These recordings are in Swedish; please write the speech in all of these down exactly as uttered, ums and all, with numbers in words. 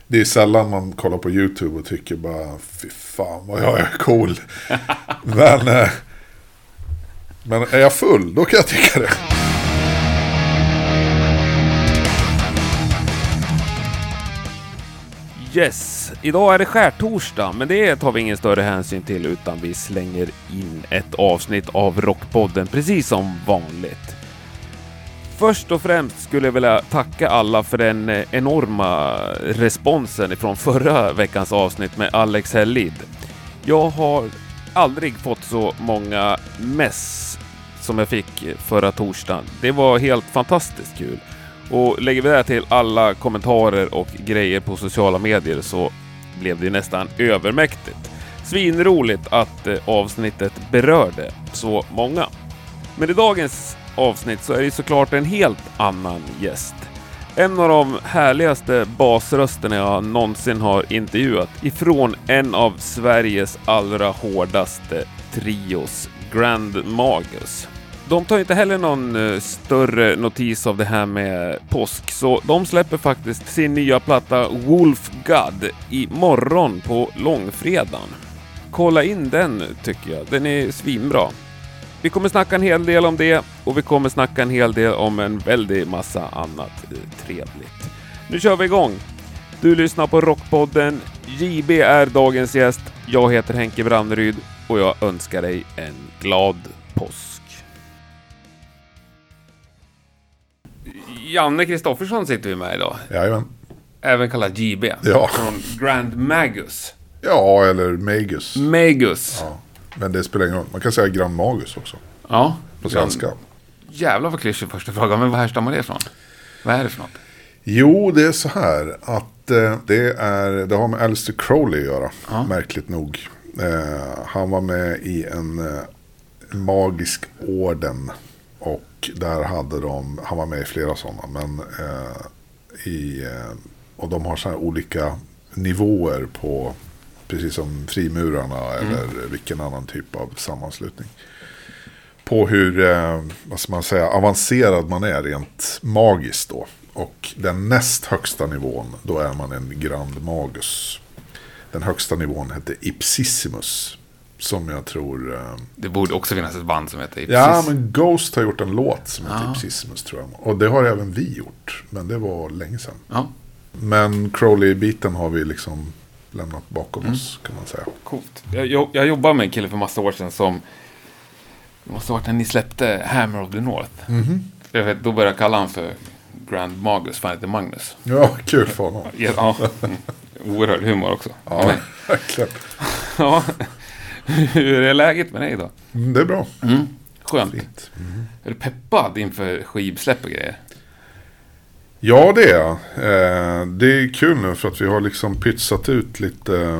det är sällan man kollar på YouTube och tycker bara, fy fan vad jag är cool. men, eh, men är jag full, då kan jag tycka det. Yes, idag är det skärtorsdag, men det tar vi ingen större hänsyn till utan vi slänger in ett avsnitt av Rockpodden precis som vanligt. Först och främst skulle jag vilja tacka alla för den enorma responsen ifrån förra veckans avsnitt med Alex Hellid. Jag har aldrig fått så många mess som jag fick förra torsdagen. Det var helt fantastiskt kul. Och lägger vi det till alla kommentarer och grejer på sociala medier så blev det nästan övermäktigt. Svinroligt att avsnittet berörde så många. Men i dagens avsnitt så är det såklart en helt annan gäst. En av de härligaste basrösterna jag någonsin har intervjuat ifrån en av Sveriges allra hårdaste trios, Grand Magus. De tar inte heller någon uh, större notis av det här med påsk, så de släpper faktiskt sin nya platta Wolf God i morgon på långfredagen. Kolla in den tycker jag, den är svinbra. Vi kommer snacka en hel del om det och vi kommer snacka en hel del om en väldigt massa annat uh, trevligt. Nu kör vi igång. Du lyssnar på Rockpodden, J B är dagens gäst, jag heter Henke Branneryd och jag önskar dig en glad påsk. Janne Kristoffersson sitter vi med idag. Jajamän. Även kallad J B. Ja. Från Grand Magus. Ja, eller Magus. Magus. Ja, men det spelar ingen roll. Man kan säga Grand Magus också. Ja. På svenska. Jävlar vad klyschig första frågan. Men vad härstammar det ifrån? Vad är det för något? Jo, det är så här att eh, det, är, det har med Aleister Crowley att göra. Ja. Märkligt nog. Eh, han var med i en eh, magisk orden. Och där hade de, han var med i flera sådana, men eh, i, eh, och de har så här olika nivåer på, precis som frimurarna mm. eller vilken annan typ av sammanslutning. På hur, eh, vad ska man säga, avancerad man är rent magiskt då. Och den näst högsta nivån, då är man en Grand Magus. Den högsta nivån heter Ipsissimus. Som jag tror... Eh, det borde också finnas ett band som heter Ipsis. Ja, men Ghost har gjort en låt som heter ja. Ipsissimus, tror jag. Och det har även vi gjort. Men det var länge sedan. Ja. Men Crowley-biten har vi liksom lämnat bakom mm. oss, kan man säga. Coolt. Jag, jag jobbade med en kille för massa år sedan som... Det måste ha varit när ni släppte Hammer of the North. Mm-hmm. Jag vet, då började jag kalla han för Grand Magus, fan heter Magnus. Ja, kul för honom. Ja, ja. Oerhörd humor också. Ja, verkligen. Ja. Hur är läget med dig då? Mm, det är bra. Mm. Skönt. Mm. Är du peppad inför skivsläpp och grejer? Ja, det är jag. Eh, det är kul nu för att vi har liksom pytsat ut lite eh,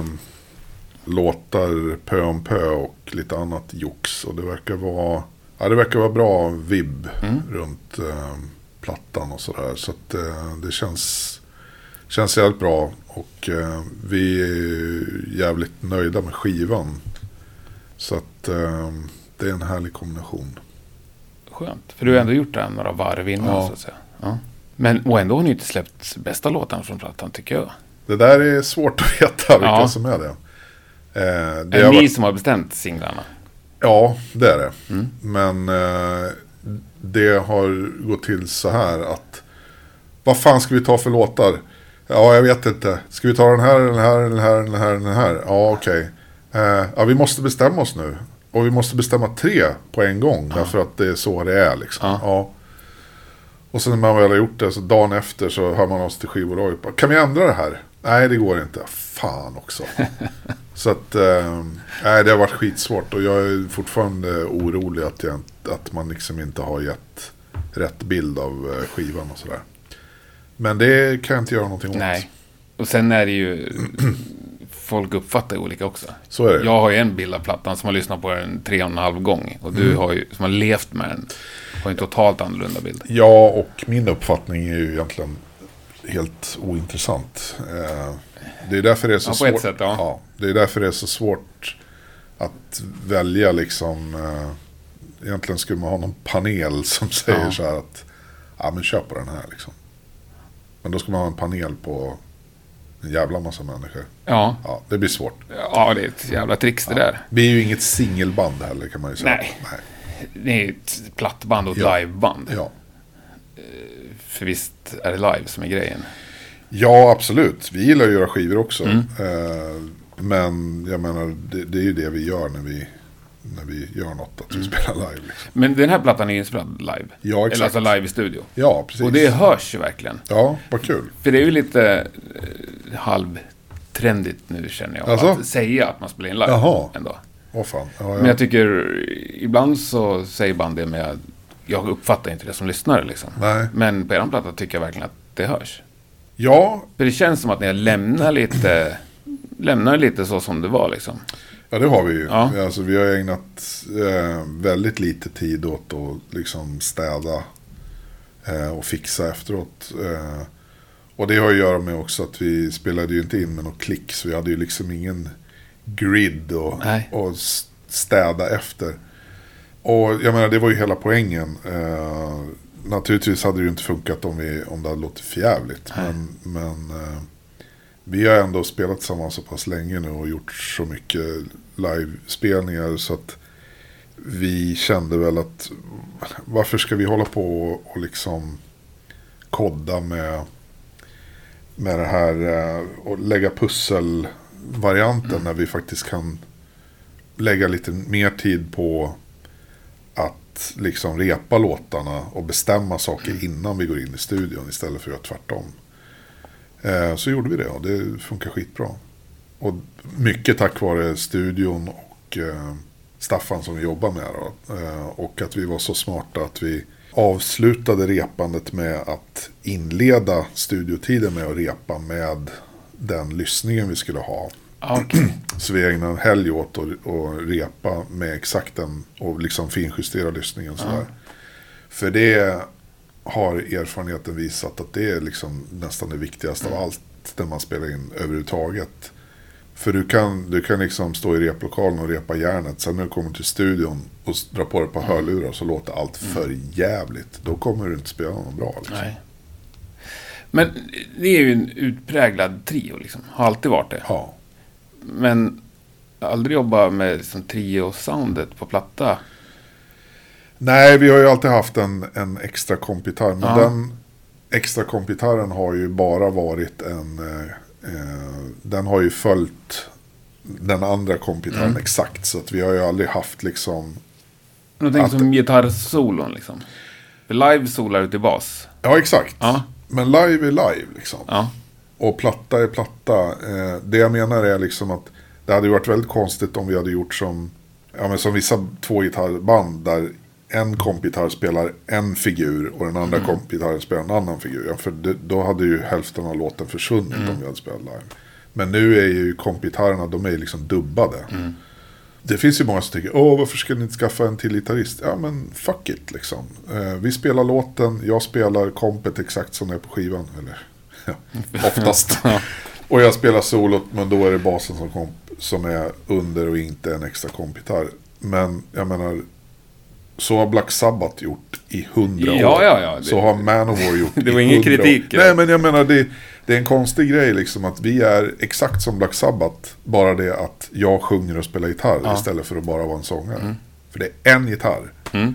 låtar pö om pö och lite annat jox. Och det verkar vara, ja, det verkar vara bra vibb mm. runt eh, plattan och sådär. Så att eh, det känns, känns jävligt bra. Och eh, vi är jävligt nöjda med skivan. Så att eh, det är en härlig kombination. Skönt, för du har ändå gjort det här några varv innan ja. Så att säga. Ja. Men och ändå har ni inte släppt bästa låten från plattan tycker jag. Det där är svårt att veta vilka ja. som är det. Eh, det är det ni varit... som har bestämt singlarna? Ja, det är det. Mm. Men eh, det har gått till så här att vad fan ska vi ta för låtar? Ja, jag vet inte. Ska vi ta den här, den här, den här, den här, den här? Ja, okej. Okay. Uh, ja, vi måste bestämma oss nu. Och vi måste bestämma tre på en gång. Ja. Därför att det är så det är liksom. Ja. Ja. Och sen när man väl har gjort det så dagen efter så hör man oss till skivbolaget. Kan vi ändra det här? Nej, det går inte. Fan också. Så att uh, nej, det har varit skitsvårt. Och jag är fortfarande orolig att, jag, att man liksom inte har gett rätt bild av skivan och sådär. Men det kan jag inte göra någonting åt. Nej. Och sen är det ju... folk uppfattar olika också. Så är det. Jag har ju en bild av plattan som har lyssnat på den tre och en halv gång. Och du mm. har ju, som har levt med den, har en totalt annorlunda bild. Ja, och min uppfattning är ju egentligen helt ointressant. Det är därför det är så ja, på svårt. Ett sätt, ja. Ja, det är därför det är så svårt att välja liksom. Egentligen skulle man ha någon panel som säger ja. så här att ja, men köp på den här liksom. Men då ska man ha en panel på en jävla massa människor. Ja. Ja, det blir svårt. Ja, det är ett jävla trix det ja. där. Det är ju inget singelband heller kan man ju säga. Nej. Nej. Det är ett plattband och ett ja. liveband. Ja. För visst är det live som är grejen. Ja, absolut. Vi gillar att göra skivor också. Mm. Eh, men jag menar, det, det är ju det vi gör när vi, när vi gör något, att vi mm. spelar live. Liksom. Men den här plattan är ju inspelad live. Ja, exakt. Eller alltså live i studio. Ja, precis. Och det hörs ju verkligen. Ja, vad kul. För det är ju lite eh, halvtrendigt nu känner jag. Alltså? Att säga att man spelar in live. Jaha. Ändå. Åh fan. Ja, ja. Men jag tycker, ibland så säger band det med, jag uppfattar inte det som lyssnare liksom. Nej. Men på er platta tycker jag verkligen att det hörs. Ja. För det känns som att ni lämnar lite, lämnar lite så som det var liksom. Ja, det har vi ju. Ja. Vi, alltså, vi har ägnat eh, väldigt lite tid åt att liksom städa eh, och fixa efteråt. Eh, och det har att göra med också att vi spelade ju inte in med någon klick, så vi hade ju liksom ingen grid och, och städa efter. Och jag menar, det var ju hela poängen. Eh, naturligtvis hade det ju inte funkat om, vi, om det hade låtit förjävligt. Men, men eh, vi har ändå spelat tillsammans så pass länge nu och gjort så mycket livespelningar så att vi kände väl att varför ska vi hålla på och, och liksom kodda med, med det här eh, och lägga pusselvarianten mm. när vi faktiskt kan lägga lite mer tid på att liksom repa låtarna och bestämma saker mm. innan vi går in i studion istället för att tvärtom. Eh, så gjorde vi det och det funkar skitbra. Och mycket tack vare studion och eh, Staffan som vi jobbar med då. Eh, och att vi var så smarta att vi avslutade repandet med att inleda studiotiden med att repa med den lyssningen vi skulle ha. Okay. Så vi ägnade en helg åt att och repa med exakt den och liksom finjustera lyssningen sådär. Mm. För det har erfarenheten visat att det är liksom nästan det viktigaste mm. av allt när man spelar in överhuvudtaget. För du kan, du kan liksom stå i replokalen och repa järnet. Sen när du kommer till studion och drar på dig på hörlurar så låter allt för mm. jävligt. Då kommer du inte spela någon bra. Liksom. Nej. Men det är ju en utpräglad trio liksom. Har alltid varit det. Ja. Men aldrig jobba med liksom, trio-soundet på platta. Nej, vi har ju alltid haft en, en extra kompitarr. Men ja. den extra kompitarren har ju bara varit en... Eh, den har ju följt den andra kompitarren mm. exakt. Så att vi har ju aldrig haft liksom... Någonting att... som gitarrsolon liksom. För live solar ut i bas. Ja, exakt. Ja. Men live är live liksom. Ja. Och platta är platta. Eh, det jag menar är liksom att det hade varit väldigt konstigt om vi hade gjort som, ja, men som vissa två gitarrband där en kompgitarr spelar en figur och den andra mm. kompgitarren spelar en annan figur. Ja, för det, då hade ju hälften av låten försvunnit mm. om vi hade spelat live. Men nu är ju kompgitarrerna, de är ju liksom dubbade. Mm. Det finns ju många som tycker, åh varför ska ni inte skaffa en till gitarrist? Ja men fuck it liksom. Eh, vi spelar låten, jag spelar kompet exakt som det är på skivan. Eller ja, oftast. Och jag spelar solot, men då är det basen som, komp, som är under och inte en extra kompgitarr. Men jag menar, så har Black Sabbath gjort i hundra ja, år. Ja, ja, det, så har Manowar gjort det var ingen kritik. År. Nej, men jag menar, det, det är en konstig grej liksom att vi är exakt som Black Sabbath. Bara det att jag sjunger och spelar gitarr ja. istället för att bara vara en sångare. Mm. För det är en gitarr. Mm.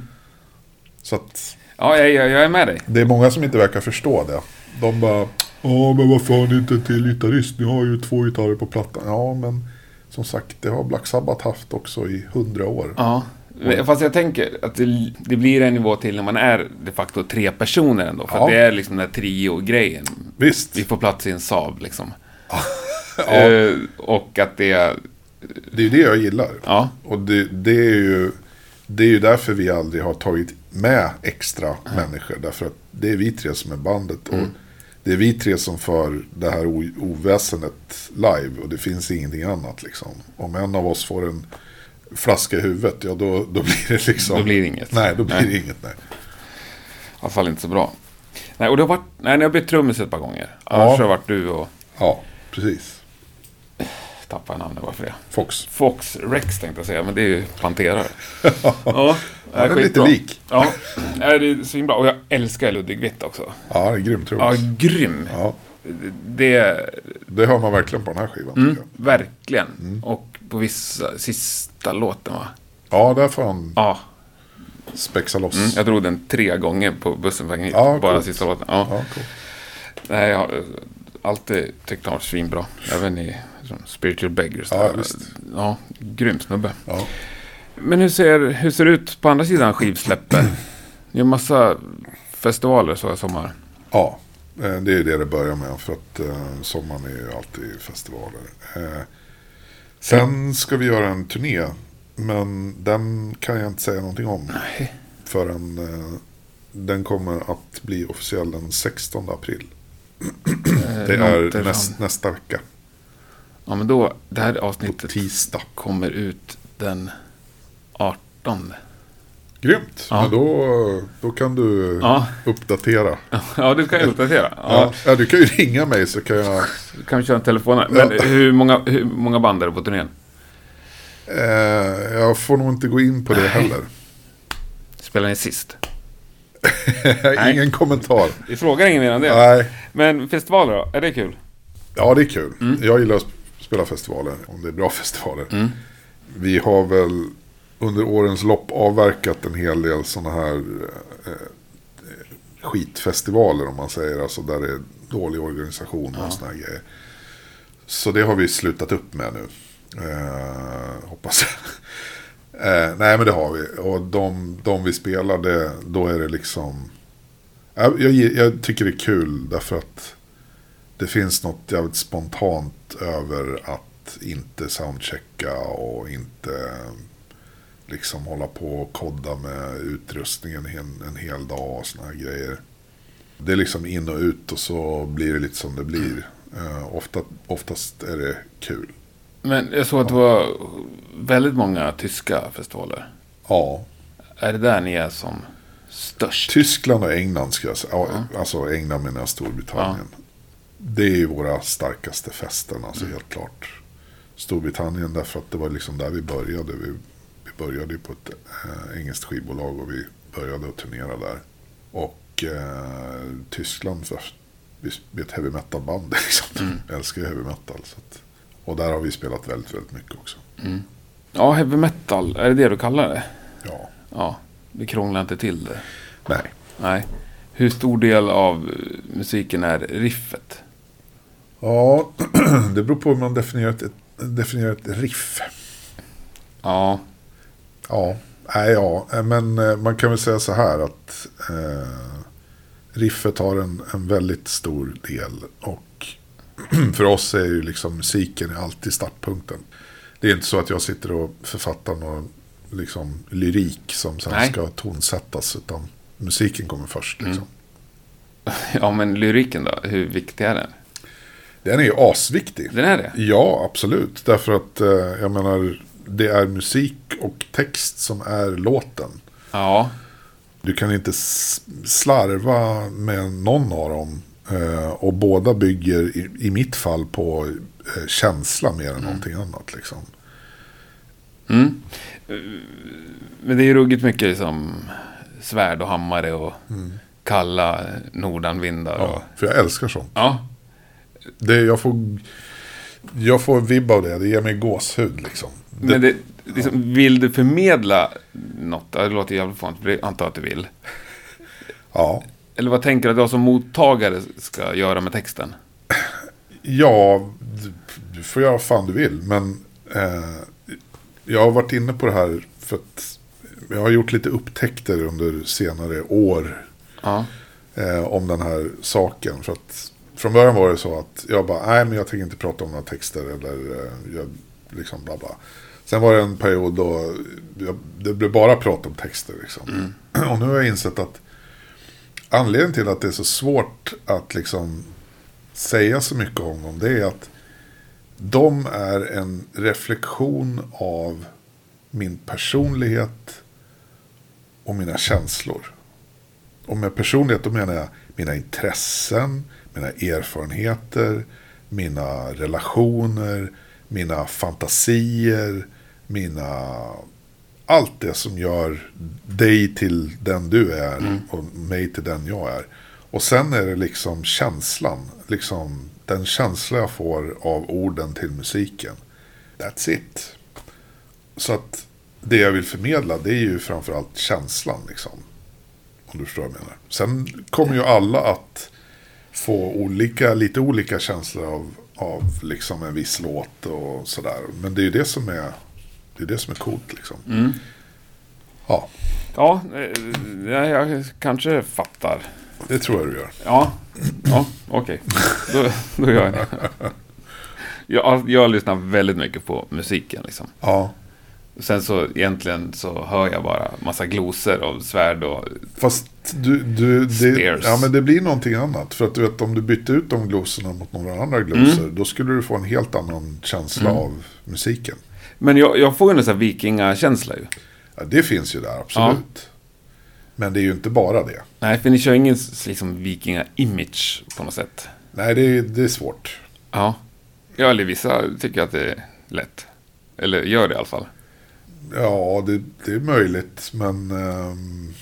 Så att... Ja, jag, jag, jag är med dig. Det är många som inte verkar förstå det. De bara, ja men vad fan inte till gitarrist? Ni har ju två gitarrer på plattan. Ja, men som sagt, det har Black Sabbath haft också i hundra år. Ja, och... fast jag tänker att det, det blir en nivå till när man är de facto tre personer ändå. För ja. det är liksom den här trio-grejen. Visst. Vi får plats i en Saab liksom. ja. uh, och att det är... Det är ju det jag gillar. Ja. Och det, det är ju... Det är ju därför vi aldrig har tagit med extra mm. människor. Därför att det är vi tre som är bandet. Mm. Och det är vi tre som för det här o- oväsendet live. Och det finns ingenting annat liksom. Om en av oss får en flaska i huvudet, ja då, då blir det liksom... Då blir det inget. Nej, då blir nej. det inget, nej. I alla fall inte så bra. Nej, och det har varit... Nej, jag har blivit trummis ett par gånger. Annars ja. har varit du och... Ja, precis. Tappar namnet, varför det? Fox. Fox Rex tänkte jag säga, men det är ju Pantera. ja, ja, det är lite lik. Ja, det är så bra. Och jag älskar Ludwig Witt också. Ja, det är grym trummis. Ja, grym. Ja. Det, det hör man verkligen på den här skivan. Mm, verkligen. Mm. Och på vissa sista låten, va? Ja, där får han ja. spexa loss. Mm, jag drog den tre gånger på bussen på vägen hit. Ja, bara coolt. Sista låten. Ja. Ja, cool. Nej, jag har alltid tyckt han var svinbra. Även i Spiritual Beggars. Ja, visst. Ja, grym snubbe. Ja. Men hur ser, hur ser det ut på andra sidan skivsläppet? Det är massa festivaler så i sommar. Ja, det är det det börjar med. För att eh, sommaren är ju alltid festivaler. Eh, sen ska vi göra en turné. Men den kan jag inte säga någonting om. Nej. Förrän eh, den kommer att bli officiell den sextonde april. Det är näst, nästa vecka. Ja, men då, det här avsnittet tisdag kommer ut den artonde. Grymt, ja. Men då, då kan du ja. uppdatera. Ja, du kan ju uppdatera. Ja. Ja, du kan ju ringa mig så kan jag... Du kan köra en telefon. Men ja. hur, många, hur många band är det på turnén? Eh, jag får nog inte gå in på det heller. Spelar ni sist? Ingen Nej. kommentar. Vi frågar ingen mer än det. Nej. Men festivaler då? Är det kul? Ja, det är kul. Mm. Jag gillar att spela festivaler. Om det är bra festivaler. Mm. Vi har väl under årens lopp avverkat en hel del sådana här eh, skitfestivaler om man säger. Alltså där det är dålig organisation och ja. såna här grejer. Så det har vi slutat upp med nu. Eh, hoppas jag. Eh, nej, men det har vi. Och de, de vi spelade, då är det liksom... Jag, jag, jag tycker det är kul därför att det finns något jävligt spontant över att inte soundchecka och inte liksom hålla på och kodda med utrustningen en, en hel dag och såna här grejer. Det är liksom in och ut och så blir det lite som det blir. Eh, ofta, oftast är det kul. Men jag såg att det var väldigt många tyska festivaler. Ja. Är det där ni är som störst? Tyskland och England ska jag säga. Ja. Alltså England menar jag Storbritannien. Ja. Det är ju våra starkaste festen, alltså mm. helt klart. Storbritannien därför att det var liksom där vi började. Vi, vi började ju på ett äh, engelskt skivbolag och vi började att turnera där. Och äh, Tyskland, för vi är ett heavy metal band liksom. Mm. Jag älskar ju heavy metal så att, och där har vi spelat väldigt, väldigt mycket också. Mm. Ja, heavy metal, är det det du kallar det? Ja. Ja, det krånglar inte till det. Nej. Nej. Hur stor del av musiken är riffet? Ja, det beror på hur man definierar ett, definierar ett riff. Ja. Ja, nej, ja, men man kan väl säga så här att eh, riffet har en, en väldigt stor del och för oss är ju liksom musiken alltid startpunkten. Det är inte så att jag sitter och författar någon liksom lyrik som sen Nej. ska tonsättas, utan musiken kommer först liksom. Mm. Ja, men lyriken då, hur viktig är den? Den är ju asviktig. Den är det? Ja, absolut. Därför att eh, jag menar, det är musik och text som är låten. Ja. Du kan inte slarva med någon av dem. Eh, och båda bygger i, i mitt fall på eh, känsla mer än mm. någonting annat liksom. Mm. Men det är ju ruggigt mycket liksom svärd och hammare och mm. kalla nordanvindar. Ja, och... för jag älskar sånt. Ja. Det, jag får jag får vibba av det. Det ger mig gåshud liksom. Det, Men det, liksom, ja. Vill du förmedla något? Det låter jävligt fint, för jag antar att du vill. Ja. Eller vad tänker du att jag som mottagare ska göra med texten? Ja, du, du får göra vad fan du vill. Men eh, jag har varit inne på det här för att jag har gjort lite upptäckter under senare år ja. eh, om den här saken. För att från början var det så att jag bara, nej men jag tänker inte prata om några texter eller eh, jag liksom bla bla. Sen var det en period då jag, det blev bara prat om texter liksom. Mm. Och nu har jag insett att anledningen till att det är så svårt att liksom säga så mycket om dem, det är att de är en reflektion av min personlighet och mina känslor. Och med personlighet då menar jag mina intressen, mina erfarenheter, mina relationer, mina fantasier, mina... allt det som gör dig till den du är mm. och mig till den jag är. Och sen är det liksom känslan. Liksom den känsla jag får av orden till musiken. That's it. Så att det jag vill förmedla, det är ju framförallt känslan liksom. Om du förstår vad jag menar. Sen kommer ju alla att få olika, lite olika känslor av, av liksom en viss låt och sådär. Men det är ju det som är, det är det som är coolt liksom. Mm. Ja. Ja, jag, jag kanske fattar. Det tror jag du gör. Ja, ja okej. Okay. Då, då gör jag det. Jag, jag lyssnar väldigt mycket på musiken liksom. Ja. Sen så egentligen så hör jag bara massa glosor av svärd och fast du, du det, ja, men det blir någonting annat. För att du vet, om du bytte ut de glosorna mot några andra glosor, mm. då skulle du få en helt annan känsla mm. av musiken. Men jag, jag får ju en sån här vikingakänsla ju. Ja, det finns ju där, absolut. Ja. Men det är ju inte bara det. Nej, för ni kör ingen liksom vikinga-image på något sätt. Nej, det är, det är svårt. Ja. Ja, eller vissa tycker att det är lätt. Eller gör det i alla fall. Ja, det, det är möjligt, men um,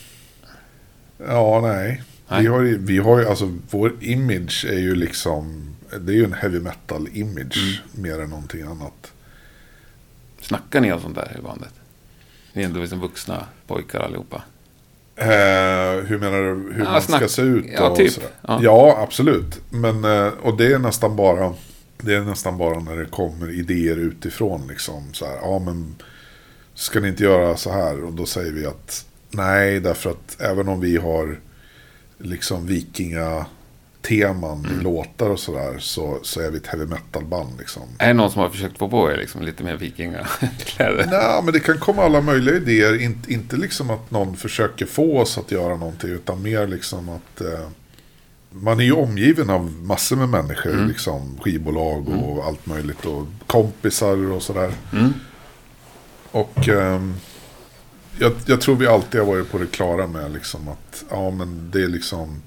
ja, nej. nej. Vi har ju, vi har ju, alltså vår image är ju liksom, det är ju en heavy metal image mm. mer än någonting annat. Snackar ni om sånt där i bandet? Ni är ändå liksom vuxna pojkar allihopa. Eh, hur menar du, hur ja, man snack... ska se ut? Ja, och typ. Sådär. Ja. ja, absolut. Men, och det är nästan bara, det är nästan bara när det kommer idéer utifrån liksom så här, ja men ska ni inte göra så här? Och då säger vi att nej, därför att även om vi har liksom vikinga teman mm. i låtar och sådär, så, så är vi ett heavy metal band liksom. Är det någon som har försökt få på er liksom lite mer vikingakläder? Nej, men det kan komma alla möjliga idéer. Inte, inte liksom att någon försöker få oss att göra någonting, utan mer liksom att eh, man är ju omgiven av massor med människor, mm. liksom skivbolag och mm. allt möjligt och kompisar och sådär. Mm. Och eh, jag, jag tror vi alltid har varit på det klara med liksom att ja, men det är liksom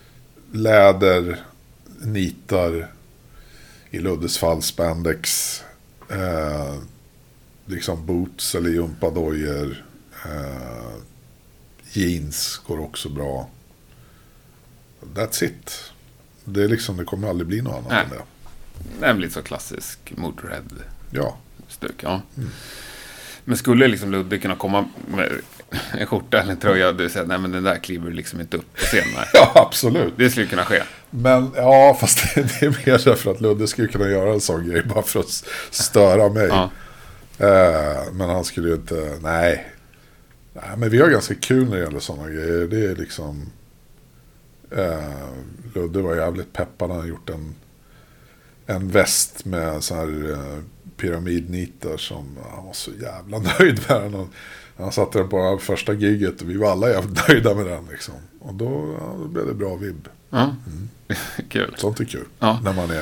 läder, nitar, i Luddes fall spandex, eh, liksom boots eller gympadojor, eh, jeans går också bra. That's it. Det är liksom, det kommer aldrig bli något annat Nej. än det. Det är lite så klassisk Motörhead ja. stuk, ja. Mm. Men skulle liksom Ludde kunna komma med en skjorta eller en tröja och du säger, nej men den där kliver liksom inte upp på scenen. Ja, absolut. Det skulle kunna ske. Men ja, fast det är mer därför att Ludde skulle kunna göra en sån grej bara för att störa mig. Ja. Uh, men han skulle ju inte, nej. nej. Men vi har ganska kul när det gäller sådana grejer. Det är liksom, uh, Ludde var jävligt peppad. Han har gjort en, en väst med så här uh, pyramidnitar som han var så jävla nöjd med den. Han, han satte den på första giget och vi var alla jävligt nöjda med den liksom. Och då, ja, då blev det bra vibb. Ja, mm. kul. Sånt är kul. Ja. När man är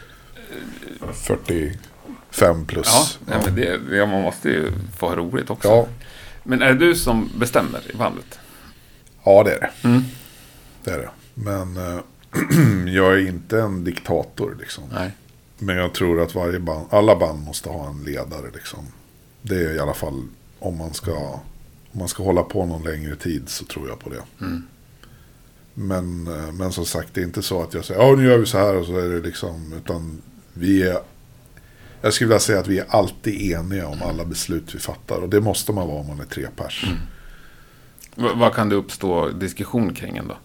fyrtiofem plus. Ja, ja. Men det, det, man måste ju få ha roligt också. Ja. Men är det du som bestämmer i bandet? Ja, det är det. Mm. Det är det. Men äh, jag är inte en diktator liksom. Nej. Men jag tror att varje band, alla band måste ha en ledare liksom. Det är i alla fall om man ska, om man ska hålla på någon längre tid, så tror jag på det. Mm. Men, men som sagt, det är inte så att jag säger, ja nu gör vi så här och så är det liksom, utan vi är, jag skulle vilja säga att vi är alltid eniga om alla beslut vi fattar, och det måste man vara om man är tre pers. Mm. V- vad kan det uppstå diskussion kring ändå?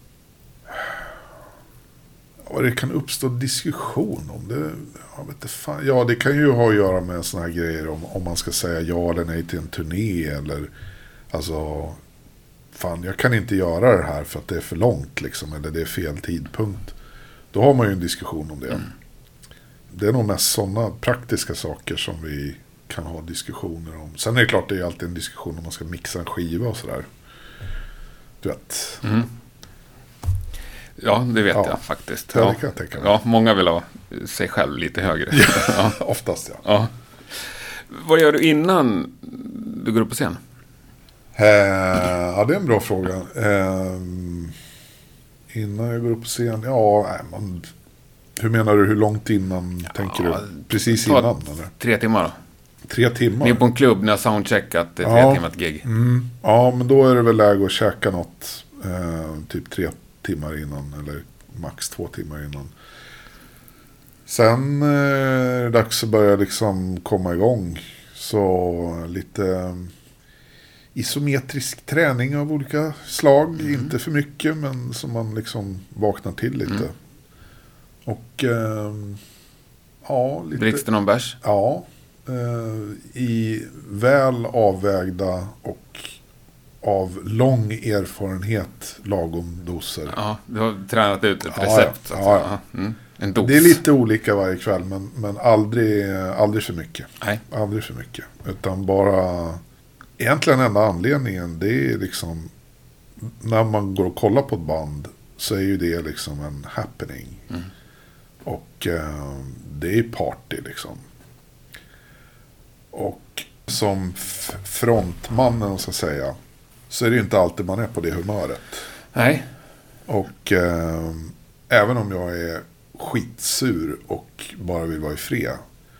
Vad det kan uppstå diskussion om det, jag vet inte fan. Ja, det kan ju ha att göra med såna här grejer om, om man ska säga ja eller nej till en turné, eller alltså fan, jag kan inte göra det här för att det är för långt liksom, eller det är fel tidpunkt. Då har man ju en diskussion om det. Mm. Det är nog mest sådana praktiska saker som vi kan ha diskussioner om. Sen är det klart, det är alltid en diskussion om man ska mixa en skiva och sådär. Du vet. Mm. Ja, det vet ja. jag faktiskt. Ja, ja. det kan jag tänka mig. Ja, många vill ha sig själv lite högre. Ja, oftast ja. ja. Vad gör du innan du går upp på scen? Eh, ja, det är en bra fråga. Eh, innan jag går upp på scen, ja, nej, man, hur menar du, hur långt innan ja, tänker du? Precis innan, eller? Tre timmar då. Tre timmar? Ni är på en klubb, ni har soundcheckat, det är tre ja, timmar ett gig. Mm, ja, men då är det väl läge att käka något, eh, typ tre, timmar innan, eller max två timmar innan. Sen är det dags att börja liksom komma igång. Så lite isometrisk träning av olika slag. Mm. Inte för mycket, men som man liksom vaknar till lite. Mm. Och eh, ja, lite... Dricks det någon bärs? Ja. Eh, I väl avvägda och av lång erfarenhet lagom doser. Ja, du har tränat ut ett recept. Ja, ja. Ja, ja. Mm. En dos. Det är lite olika varje kväll, men, men aldrig, aldrig för mycket. Nej. Aldrig för mycket. Utan bara... Egentligen enda anledningen, det är liksom... När man går och kollar på ett band så är ju det liksom en happening. Mm. Och eh, det är party liksom. Och som f- frontmannen så att säga, så är det ju inte alltid man är på det humöret. Nej. Och eh, även om jag är skitsur och bara vill vara i fred,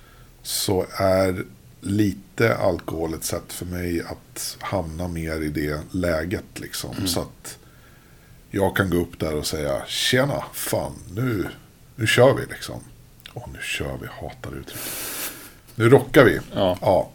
så är lite alkohol ett sätt för mig att hamna mer i det läget liksom. Mm. Så att jag kan gå upp där och säga, tjena, fan, nu, nu kör vi liksom. Åh, nu kör vi, hatar uttryck. Nu rockar vi. Ja. Ja.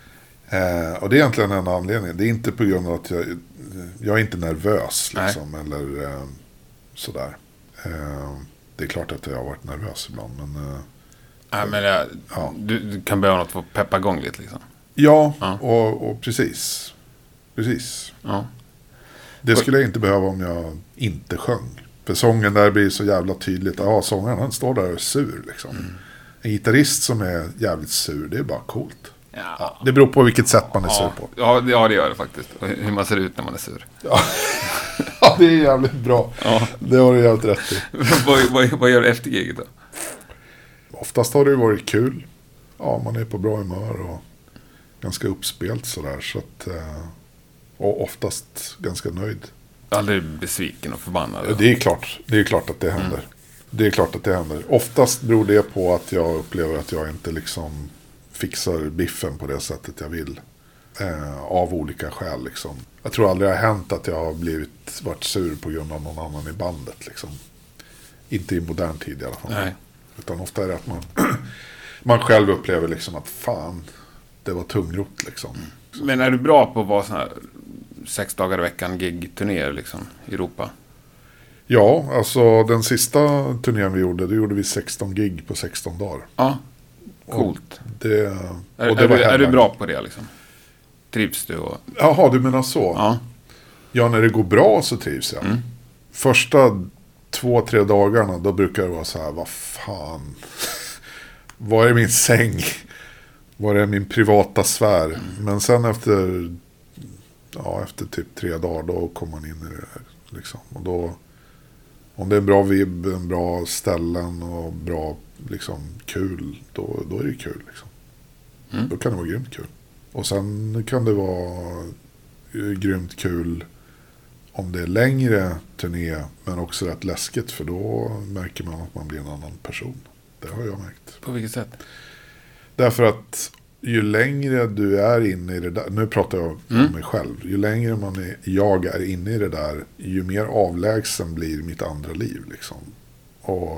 Eh, och det är egentligen en anledning. Det är inte på grund av att jag, jag är inte nervös liksom, eller eh, sådär. Eh, det är klart att jag har varit nervös ibland, men... Eh, ja, men jag, ja. du, du kan behöva något för att peppa igång lite liksom. Ja, ja. Och, och precis. Precis. Ja. Det skulle jag inte behöva om jag inte sjöng. För sången där blir så jävla tydligt. Ja, sångaren, han står där och är sur liksom. Mm. En gitarrist som är jävligt sur, det är bara coolt. Ja. Ja, det beror på vilket sätt man är ja. sur på. Ja, det, ja, det gör det faktiskt. Och hur man ser ut när man är sur. Ja, ja det är jävligt bra. Ja. Det har du jävligt rätt i. vad, vad, vad gör du efter giget då? Oftast har det varit kul. Ja, man är på bra humör och ganska uppspelt sådär. Så att, och oftast ganska nöjd. Aldrig besviken och förbannad? Ja, det är klart. Det är klart att det händer. Mm. Det är klart att det händer. Oftast beror det på att jag upplever att jag inte liksom fixar biffen på det sättet jag vill. Eh, av olika skäl liksom. Jag tror aldrig det har hänt att jag har blivit varit sur på grund av någon annan i bandet liksom. Inte i modern tid i alla fall. Nej. Utan ofta är det att man, man själv upplever liksom att fan, det var tungrot liksom. Mm. Men är du bra på att vara sån här sex dagar i veckan gig-turnéer liksom i Europa? Ja, alltså den sista turnén vi gjorde, då gjorde vi sexton gig på sexton dagar. Ja, coolt. Och det, och är, det är, var du, är du bra på det liksom? Trivs du? Och... Jaha, du menar så? Ja. Ja, när det går bra så trivs jag. Mm. Första två, tre dagarna, då brukar det vara så här, vad fan. Var är min säng? Var är min privata sfär? Mm. Men sen efter, ja, efter typ tre dagar, då kommer man in i det här. Liksom. Och då, om det är en bra vibb, en bra ställen och bra, liksom, kul, då, då är det kul. Liksom. Mm. Då kan det vara grymt kul. Och sen kan det vara grymt kul om det är längre turné, men också rätt läskigt, för då märker man att man blir en annan person. Det har jag märkt. På vilket sätt? Därför att ju längre du är inne i det där, nu pratar jag om mm. mig själv, ju längre man är, jag är inne i det där, ju mer avlägsen blir mitt andra liv liksom. Och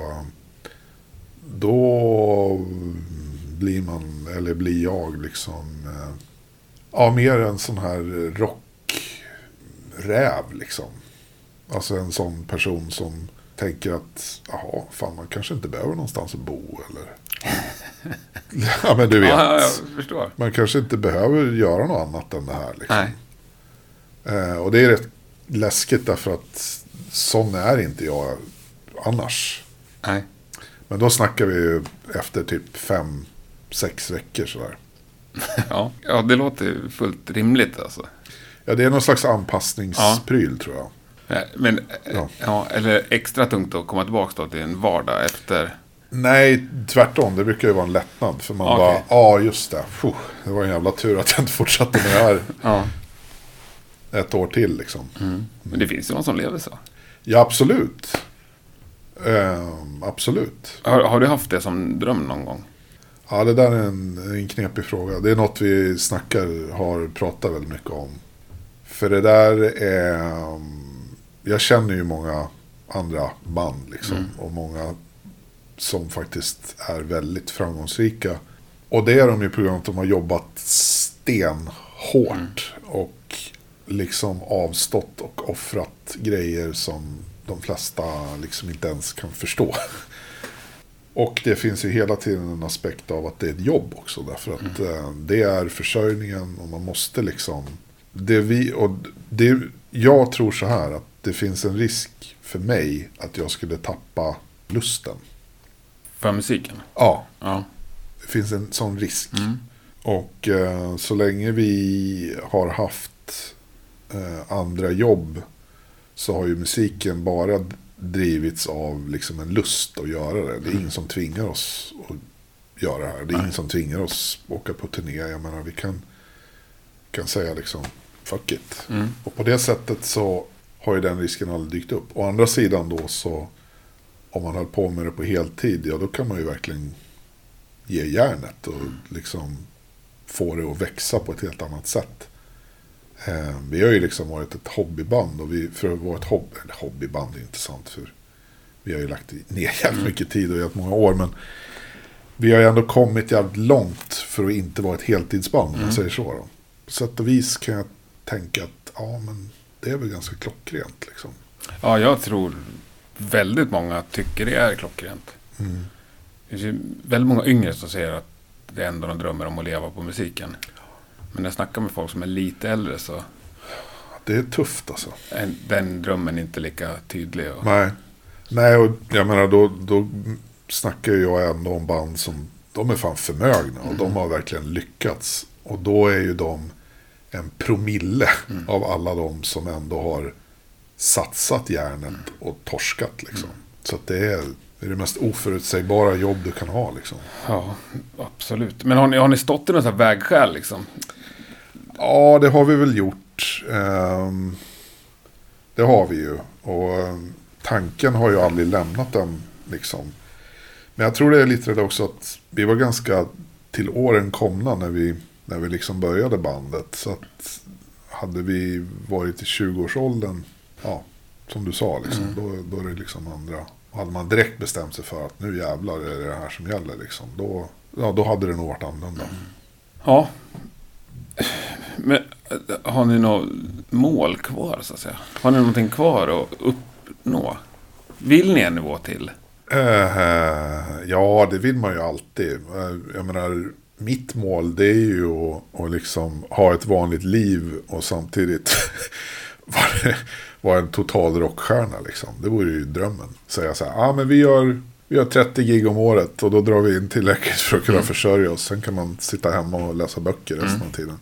då blir man, eller blir jag liksom, ja, mer en sån här rockräv liksom. Alltså en sån person som tänker att, jaha, fan, man kanske inte behöver någonstans att bo, eller... Ja, men du vet. Ja, jag förstår. Man kanske inte behöver göra något annat än det här. Liksom. Nej. Eh, och det är rätt läskigt, därför att sån är inte jag annars. Nej. Men då snackar vi ju efter typ fem, sex veckor sådär. Ja, ja, det låter fullt rimligt alltså. Ja, det är någon slags anpassningspryl, ja. tror jag. Men, ja. Ja, eller extra tungt att komma tillbaka då till en vardag efter... Nej, tvärtom. Det brukar ju vara en lättnad. För man okay. bara, ja ah, just det. Puh, det var en jävla tur att jag inte fortsatte med det här ja. ett år till liksom. Mm. Men det finns ju någon som lever så. Ja, absolut. Ehm, absolut. Har, har du haft det som dröm någon gång? Ja, det där är en, en knepig fråga. Det är något vi snackar, har pratat väldigt mycket om. För det där är... Jag känner ju många andra band liksom. Mm. Och många som faktiskt är väldigt framgångsrika. Och det är de ju på grund av att de har jobbat stenhårt. Mm. Och liksom avstått och offrat grejer som de flesta liksom inte ens kan förstå. Och det finns ju hela tiden en aspekt av att det är ett jobb också. Därför att mm. eh, det är försörjningen och man måste liksom... Det vi, och det, jag tror så här att det finns en risk för mig att jag skulle tappa lusten. För musiken? Ja. ja. Det finns en sån risk. Mm. Och eh, så länge vi har haft eh, andra jobb så har ju musiken bara drivits av liksom en lust att göra det. Det är mm. ingen som tvingar oss att göra det här. Det är Nej. ingen som tvingar oss att åka på turné. Jag menar, vi kan, kan säga liksom fuck it. Mm. Och på det sättet så har ju den risken aldrig dykt upp. Å andra sidan då så om man höll på med det på heltid, ja då kan man ju verkligen ge järnet och liksom få det att växa på ett helt annat sätt. Eh, vi har ju liksom varit ett hobbyband och vi, för att vara ett hobby, eller hobbyband är intressant för vi har ju lagt ner jävligt mycket tid och jävligt många år, men vi har ju ändå kommit jävligt långt för att inte vara ett heltidsband, om man Mm. säger så då. På sätt och vis kan jag tänka att ja, men det är väl ganska klockrent liksom. Ja, jag tror väldigt många tycker det är klockrent. Mm. Det finns ju väldigt många yngre som säger att det är ändå de drömmer om att leva på musiken. Men när jag snackar med folk som är lite äldre så... Det är tufft alltså. är den drömmen inte lika tydlig. Och... Nej. Nej, och jag menar då, då snackar jag ändå om band som de är fan förmögna och mm. de har verkligen lyckats. Och då är ju de en promille mm. av alla de som ändå har satsat hjärnet mm. och torskat liksom. Mm. Så att det är, det är det mest oförutsägbara jobb du kan ha liksom. Ja, absolut. Men har ni, har ni stått i någon sån här vägskäl liksom? Ja, det har vi väl gjort. Um, det har vi ju. Och um, tanken har ju aldrig lämnat den liksom. Men jag tror det är lite det också att vi var ganska till åren komna när vi, när vi liksom började bandet. Så att hade vi varit i tjugoårsåldern, ja, som du sa liksom, mm. då, då är det liksom andra. Hade man direkt bestämt sig för att nu jävlar är det det här som gäller liksom, då, ja, då hade det nog varit annorlunda. Mm. Ja. Men har ni något mål kvar så att säga? Har ni någonting kvar att uppnå? Vill ni en nivå till? Uh, ja, det vill man ju alltid. Uh, jag menar, mitt mål det är ju att, att liksom ha ett vanligt liv och samtidigt vara var en total rockstjärna liksom. Det vore ju drömmen. Säga så här, ja ah, men vi gör, vi gör trettio gig om året och då drar vi in tillräckligt för att kunna mm. försörja oss. Sen kan man sitta hemma och läsa böcker resten mm. av tiden.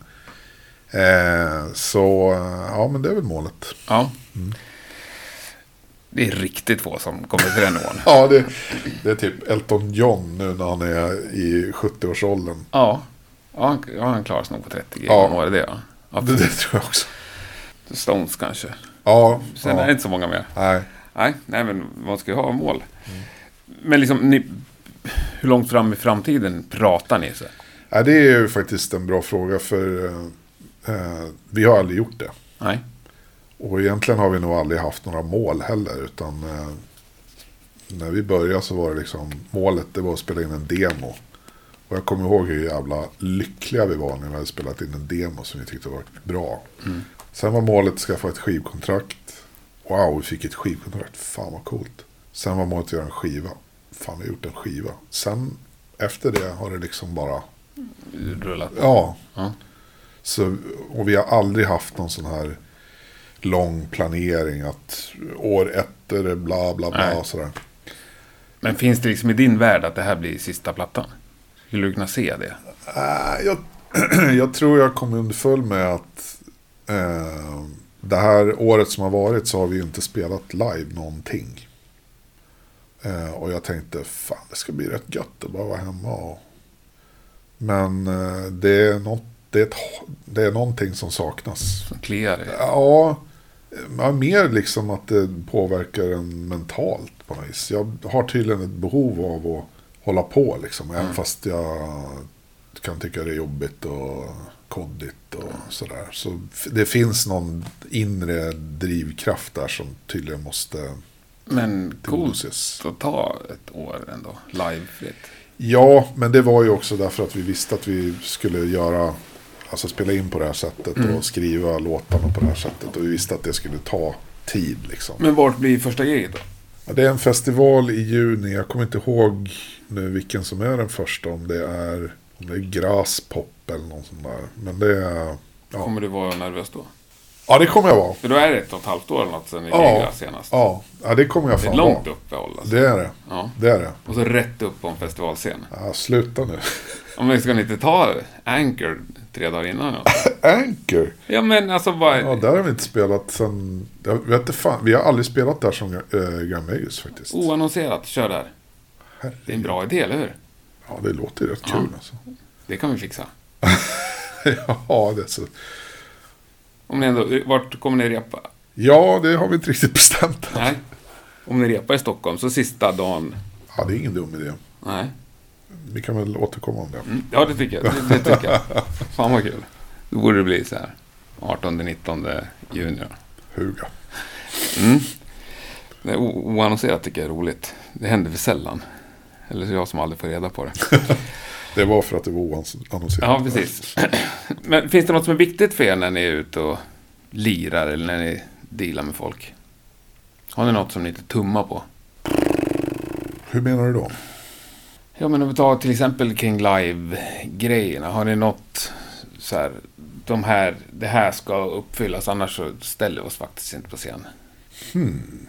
Eh, så ja, men det är väl målet. Ja. Mm. Det är riktigt få som kommer till den nivån. Ja, det, det är typ Elton John nu när han är i sjuttioårsåldern. Ja, ja han, ja, han klarar sig nog på trettio gig om året det. Ja. Det, det tror jag också. Stones kanske. Ja. Sen ja. är det inte så många mer. Nej. Nej, nej men man ska ju ha mål. Mm. Men liksom, ni, hur långt fram i framtiden pratar ni så? Ja, det är ju faktiskt en bra fråga för eh, vi har aldrig gjort det. Nej. Och egentligen har vi nog aldrig haft några mål heller, utan eh, när vi började så var det liksom, målet det var att spela in en demo. Och jag kommer ihåg hur jävla lyckliga vi var när vi hade spelat in en demo som vi tyckte var bra. Mm. Sen var målet att skaffa ett skivkontrakt. Wow, vi fick ett skivkontrakt. Fan vad coolt. Sen var målet att göra en skiva. Fan, vi har gjort en skiva. Sen efter det har det liksom bara rullat. Ja. ja. Så, och vi har aldrig haft någon sån här lång planering att år ett är det bla bla bla och sådär. Men finns det liksom i din värld att det här blir sista plattan? Skulle du kunna se det? Uh, jag, jag tror jag kom underfull med att uh, det här året som har varit så har vi ju inte spelat live någonting. Uh, och jag tänkte, fan det ska bli rätt gött att bara vara hemma. Och... Men uh, det är något Det är, ett, det är någonting som saknas. Som kliar det. Ja, mer liksom att det påverkar en mentalt på något vis. Jag har tydligen ett behov av att hålla på liksom. Mm. Även fast jag kan tycka det är jobbigt och koddigt och mm. sådär. Så det finns någon inre drivkraft där som tydligen måste Men coolt tillgodoses. att ta ett år ändå, livefritt. Ja, men det var ju också därför att vi visste att vi skulle göra, alltså spela in på det här sättet Mm. och skriva låtarna på det här sättet. Och vi visste att det skulle ta tid liksom. Men vart blir första giget då? Ja, det är en festival i juni. Jag kommer inte ihåg nu vilken som är den första. Om det är, om det är Graspop eller någon sån där. Men det är... Ja, Kommer du vara nervös då? ja det kommer jag vara. För då är det ett och ett halvt år eller något sen i Ja. Giga senast. Ja, ja det kommer jag Det är fan ett långt vara. uppehåll alltså. Det är det. Ja. Det är det. Och så rätt upp på en festivalscen. Ja, sluta nu. Om vi ska inte ta Anchor tre dagar innan. Då? Anchor. Ja men alltså bara... Ja, där har vi inte spelat sen... Jag vet inte fan. Vi har aldrig spelat där som äh, Grand Vegas faktiskt. Oannonserat, kör där. Herregud. Det är en bra idé, eller hur? Ja, det låter rätt Ja. kul alltså. Det kan vi fixa. Ja, det är så... Om ni ändå, vart kommer ni repa? Ja, det har vi inte riktigt bestämt. Nej. Om ni repar i Stockholm så sista dagen. Ja, det är ingen dum idé. Nej. Vi kan väl återkomma om det. Mm. Ja, det tycker jag. Det, det tycker jag. Fan vad kul. Då borde det bli så här. artonde nittonde juni. Huga. Mm. Det är o- oannonserat tycker jag är roligt. Det händer för sällan. Eller så är jag som aldrig får reda på det. Det var för att det var oannonserat. Ja, precis. Men finns det något som är viktigt för er när ni är ute och lirar eller när ni dealar med folk? Har ni något som ni inte tummar på? Hur menar du då? Ja, men om vi tar till exempel kring live-grejerna. Har ni något så här, de här, det här ska uppfyllas, annars så ställer vi oss faktiskt inte på scen. Hmm.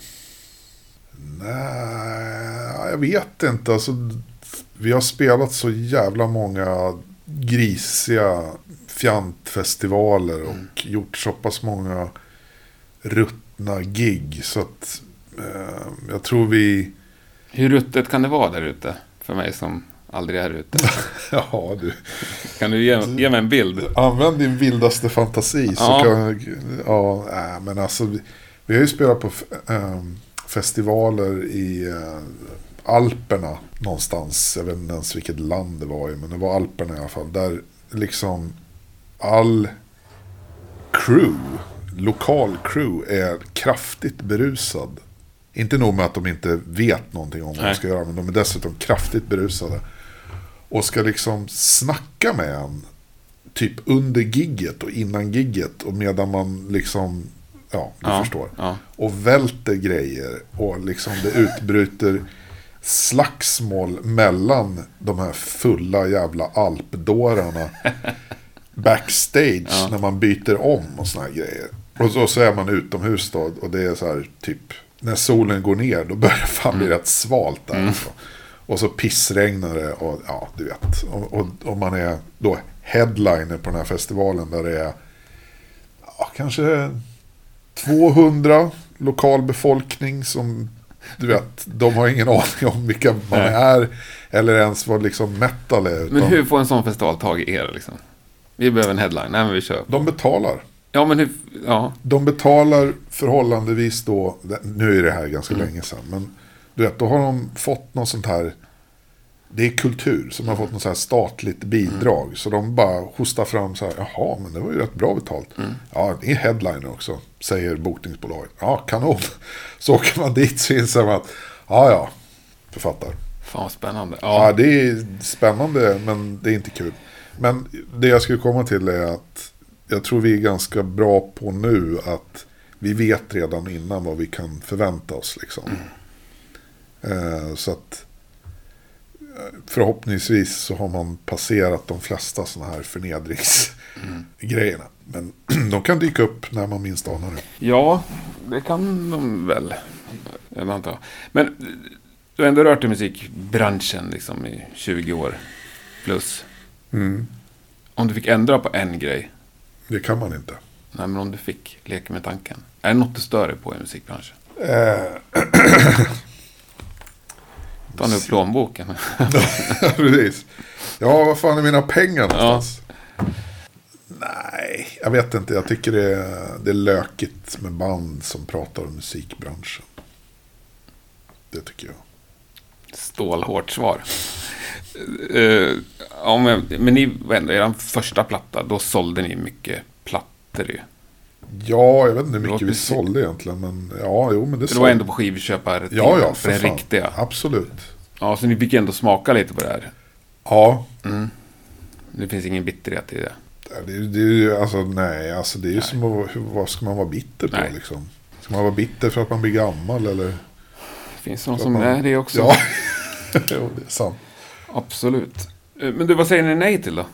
Nej, jag vet inte. Alltså, vi har spelat så jävla många grisiga fjantfestivaler och Mm. gjort så pass många ruttna gig. Så att eh, jag tror vi... Hur ruttet kan det vara där ute? För mig som aldrig är ute. Ja, du... Kan du ge, ge mig en bild? Använd din vildaste fantasi. Så Ja. kan, ja, nej, men alltså, vi, vi har ju spelat på ähm, festivaler i äh, Alperna någonstans. Jag vet inte ens vilket land det var i, men det var Alperna i alla fall. Där liksom all crew, lokal crew är kraftigt berusad. Inte nog med att de inte vet någonting om vad Nej. de ska göra, men de är dessutom kraftigt berusade. Och ska liksom snacka med en typ under gigget och innan gigget och medan man liksom, ja, du Ja, förstår. ja. Och välter grejer och liksom det utbryter slagsmål mellan de här fulla jävla alpdårarna backstage Ja. när man byter om och såna här grejer. Och så, så är man utomhus då och det är så här typ när solen går ner då börjar det fan bli rätt svalt där. Mm. Alltså. Och så pissregnar det och ja, du vet. Och, och, och man är då headliner på den här festivalen där det är ja, kanske tvåhundra lokal befolkning som, du vet, de har ingen aning om vilka man Nej. är eller ens vad liksom metal är. Utan Men hur får en sån festival tag i er liksom? Vi behöver en headline. Nej, men vi kör. de betalar. Ja, men hur... Ja. De betalar förhållandevis då, nu är det här ganska Mm. länge sedan, men du vet, då har de fått något sånt här, det är kultur som har fått något så här statligt bidrag, så de bara hostar fram så här, jaha, men det var ju rätt bra betalt. Mm. Ja, det är headliner också, säger bokningsbolaget. Ja, kanon. Så åker man dit så inser man att, ja, ja, författar. Fan vad spännande. Ja, Ja. det är spännande, men det är inte kul. Men det jag skulle komma till är att jag tror vi är ganska bra på nu att vi vet redan innan vad vi kan förvänta oss. Liksom. Mm. Eh, så att eh, förhoppningsvis så har man passerat de flesta sådana här förnedringsgrejerna. Men de kan dyka upp när man minst anar det. Ja, det kan de väl. Jag antar jag. Men du har ändå rört i musikbranschen liksom i tjugo år plus. Mm. Om du fick ändra på en grej. Det kan man inte. Nej, men om du fick leka med tanken. Är det något du stör dig på i musikbranschen? Eh, Ta nu plånboken. Precis. Ja, vad fan är mina pengar någonstans? Ja. Nej, jag vet inte. Jag tycker det är, det är lökigt med band som pratar om musikbranschen. Det tycker jag. Stålhårt svar. Uh, ja, men, men ni var ändå er första platta. Då sålde ni mycket plattor ju. Ja, jag vet inte hur mycket vi sålde egentligen. Men ja, jo, men det, det var ändå på skivköpare. Ja, ja, för den fan. riktiga. Absolut. Ja, så ni fick ändå smaka lite på det här. Ja. Mm. Det finns ingen bitterhet i det. Det är, det är ju, alltså nej, alltså det är ju som att, vad ska man vara bitter på nej. liksom? Ska man vara bitter för att man blir gammal eller? Det finns någon som man... är det också. Ja, jo, det är sant. Absolut. Men du, vad säger ni nej till då?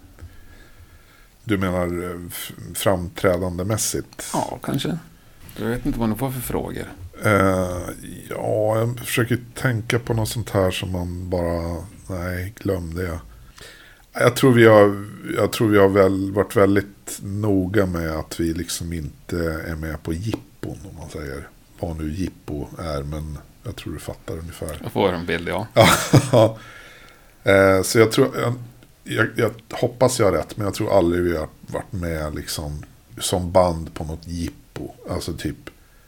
Du menar framträdandemässigt? Ja, kanske. Jag vet inte vad ni får för frågor. Uh, ja, jag försöker tänka på något sånt här som man bara, nej, glömde jag. Jag tror vi har, jag tror vi har väl varit väldigt noga med att vi liksom inte är med på jippon, om man säger. Vad nu jippo är, men jag tror du fattar ungefär. Jag får en bild, ja. Ja. uh, så jag tror, jag, jag, jag hoppas jag har rätt, men jag tror aldrig vi har varit med liksom som band på något jippo. Alltså typ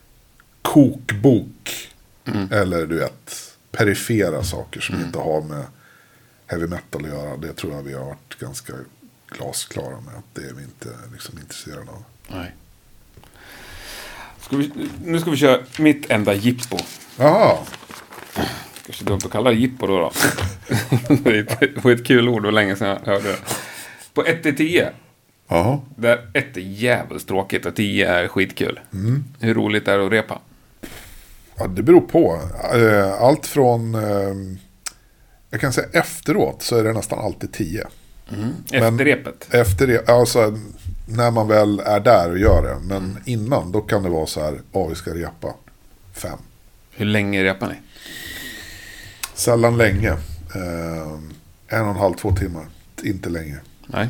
kokbok. Mm. Eller du vet, perifera saker som mm. inte har med heavy metal att göra. Det tror jag vi har varit ganska glasklara med. Att det är vi inte liksom intresserade av. Nej. Ska vi, nu ska vi köra mitt enda jippo. Jaha. Kanske dumt att kalla det jippo då. då. Det var ett kul ord, och länge sedan jag hörde det. På ett till tio. Jaha. Där ett är jävligt tråkigt och tio är skitkul. Mm. Hur roligt är det att repa? Ja, det beror på. Allt från... Jag kan säga efteråt så är det nästan alltid tio. Mm. Efter men repet? Efter, alltså, när man väl är där och gör det. Men mm. innan, då kan det vara så här, ja, vi ska repa fem. Hur länge repar ni? Sällan länge. Eh, en och en halv, två timmar. Inte länge. Nej.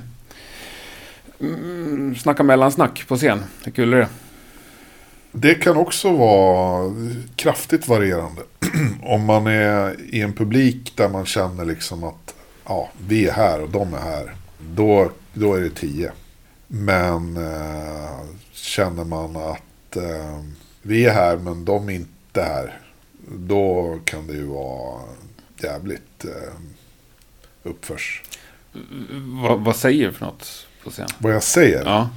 Mm, snacka mellansnack på scen. Hur kul är det? Det kan också vara kraftigt varierande. Om man är i en publik där man känner liksom att ja, vi är här och de är här. Då, då är det tio. Men eh, känner man att eh, vi är här men de är inte här. Då kan det ju vara jävligt eh, uppförs. V- vad säger du för något på scen? Vad jag säger? Ja.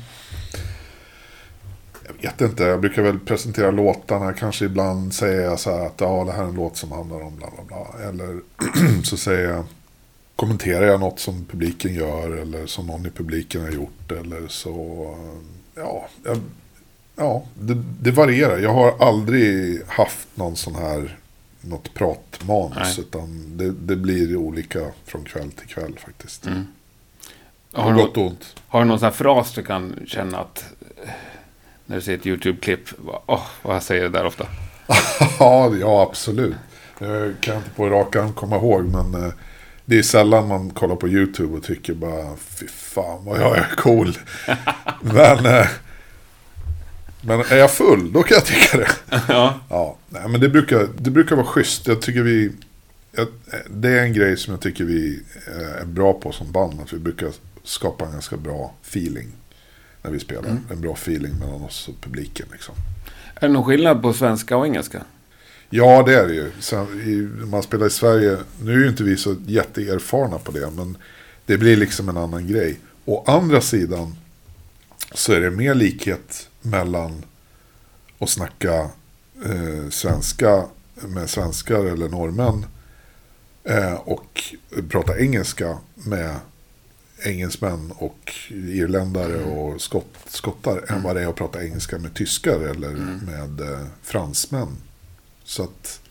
Jag vet inte, jag brukar väl presentera låtarna. Kanske ibland säger jag så här att ja, det här är en låt som handlar om bla bla bla. Eller så säger jag, kommenterar jag något som publiken gör eller som någon i publiken har gjort. Eller så, ja, jag, ja det, det varierar. Jag har aldrig haft någon sån här, något pratmanus. Nej. Utan det, det blir olika från kväll till kväll faktiskt. Mm. Har, du något, har du någon sån här fras du kan känna att när du ser ett YouTube-klipp, åh, vad jag säger det där ofta? ja, ja, absolut. Jag kan inte på rak arm komma ihåg, men eh, det är sällan man kollar på YouTube och tycker bara, fy fan vad jag är cool. men, eh, men är jag full, då kan jag tycka det. ja. Ja, nej, men det brukar, det brukar vara schysst. Jag tycker vi, jag, det är en grej som jag tycker vi är bra på som band, att vi brukar skapa en ganska bra feeling när vi spelar. Mm. En bra feeling mellan oss och publiken liksom. Är det någon skillnad på svenska och engelska? Ja, det är det ju. Sen, i, man spelar i Sverige, nu är ju inte vi så jätteerfarna på det, men det blir liksom en annan grej. Å andra sidan så är det mer likhet mellan att snacka eh, svenska med svenskar eller norrmän eh, och prata engelska med engelsmän och irländare mm. och skott, skottar mm. än vad det är att prata engelska med tyskar eller mm. med eh, fransmän. Så att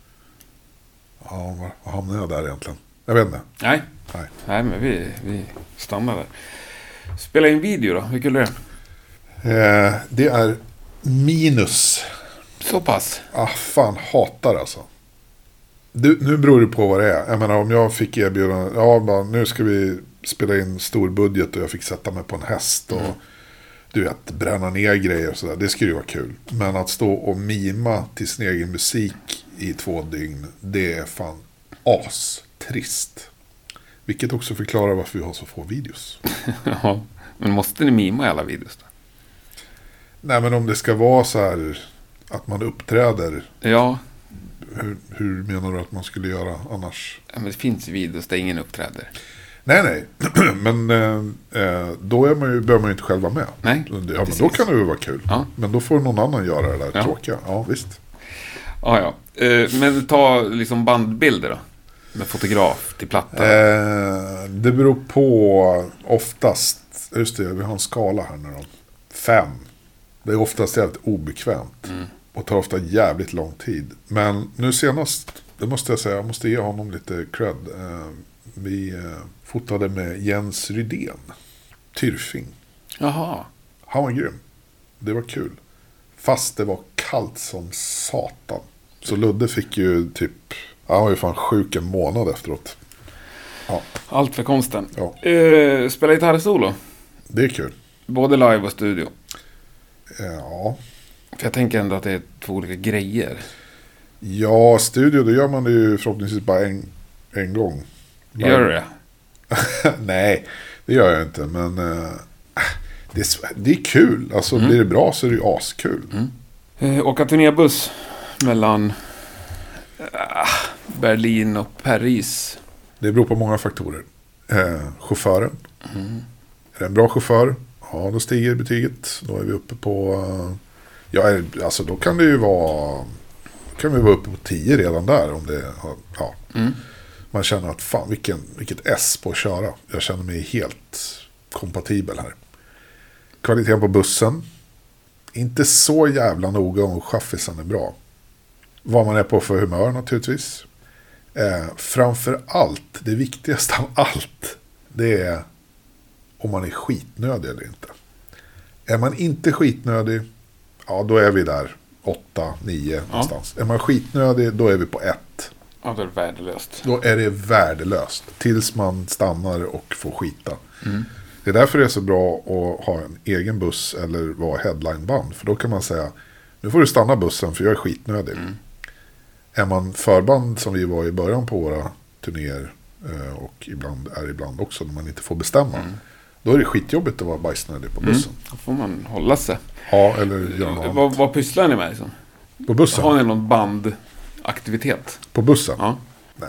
ja, vad hamnar jag där egentligen? Jag vet inte. Nej, Nej. Nej men vi, vi stannar där. Spela in video då, hur kul är det? Eh, det är minus. Så pass? Ah, fan, hatar alltså. Du, nu beror det på vad det är. Jag menar, om jag fick erbjudande, ja, bara, nu ska vi spela in stor budget och jag fick sätta mig på en häst och mm. du vet, bränna ner grejer och sådär. Det skulle ju vara kul. Men att stå och mima till sin egen musik i två dygn, det är fan astrist. Vilket också förklarar varför vi har så få videos. Ja, men måste ni mima i alla videos då? Nej, men om det ska vara så här att man uppträder. Ja. Hur, hur menar du att man skulle göra annars? Ja, men det finns videos där ingen uppträder. Nej, nej. Men eh, då är man ju, behöver man ju inte själv vara med. Nej, ja, men då kan det ju vara kul. Ja. Men då får någon annan göra det där Ja. tråkiga. Ja, visst. Ja, ja. Eh, men ta liksom bandbilder då. Med fotograf till platta. Eh, det beror på oftast. Just det, vi har en skala här nu då. Fem. Det är oftast jävligt obekvämt. Mm. Och tar ofta jävligt lång tid. Men nu senast, det måste jag säga, jag måste ge honom lite cred. Eh, vi eh, fotade med Jens Rydén. Tyrfing. Jaha. Han var grym. Det var kul. Fast det var kallt som satan. Så Ludde fick ju typ... Han var ju fan sjuk en månad efteråt. Ja, Allt för konsten. ja. Eh, spela gitarrsolo. Det är kul. Både live och studio. Ja. För jag tänker ändå att det är två olika grejer. Ja, studio, då gör man det ju förhoppningsvis bara en, en gång. Gör du det? Nej, det gör jag inte. Men eh, det, är, det är kul. Alltså Mm. blir det bra så är det ju askul. Mm. Eh, åka turnébuss mellan ah, Berlin och Paris. Det beror på många faktorer. Eh, chauffören. Mm. Är det en bra chaufför? Ja, då stiger betyget. Då är vi uppe på... Uh, ja, alltså då kan det ju vara... kan vi vara uppe på tio redan där. Om det, ja. Mm. Man känner att fan, vilken, vilket S på att köra. Jag känner mig helt kompatibel här. Kvaliteten på bussen. Inte så jävla noga om chaffisen är bra. Vad man är på för humör naturligtvis. Eh, framför allt, det viktigaste av allt, det är om man är skitnödig eller inte. Är man inte skitnödig, ja då är vi där åtta, nio ja. någonstans. Är man skitnödig, då är vi på ett. Ja, då är det värdelöst. Då är det värdelöst. Tills man stannar och får skita. Mm. Det är därför det är så bra att ha en egen buss eller vara headlineband. För då kan man säga, nu får du stanna bussen för jag är skitnödig. Mm. Är man förband som vi var i början på våra turnéer och ibland är ibland också när man inte får bestämma. Mm. Då är det skitjobbigt att vara bajsnödig på bussen. Mm. Då får man hålla sig. Ja, eller göra något. Vad, vad pysslar ni med liksom? På bussen? Har ni någon bandaktivitet? På bussen? Ja. Nå,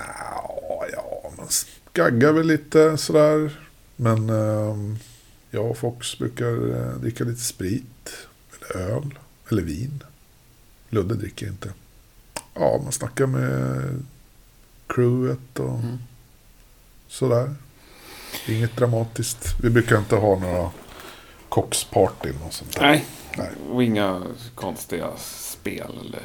ja, man skaggar väl lite sådär. Men um, jag och Fox brukar uh, dricka lite sprit. Eller öl. Eller vin. Ludde dricker inte. Ja, man snackar med crewet och mm. sådär. Inget dramatiskt. Vi brukar inte ha några kockspartyn och sånt där. Nej. Nej. Och inga konstiga spel eller...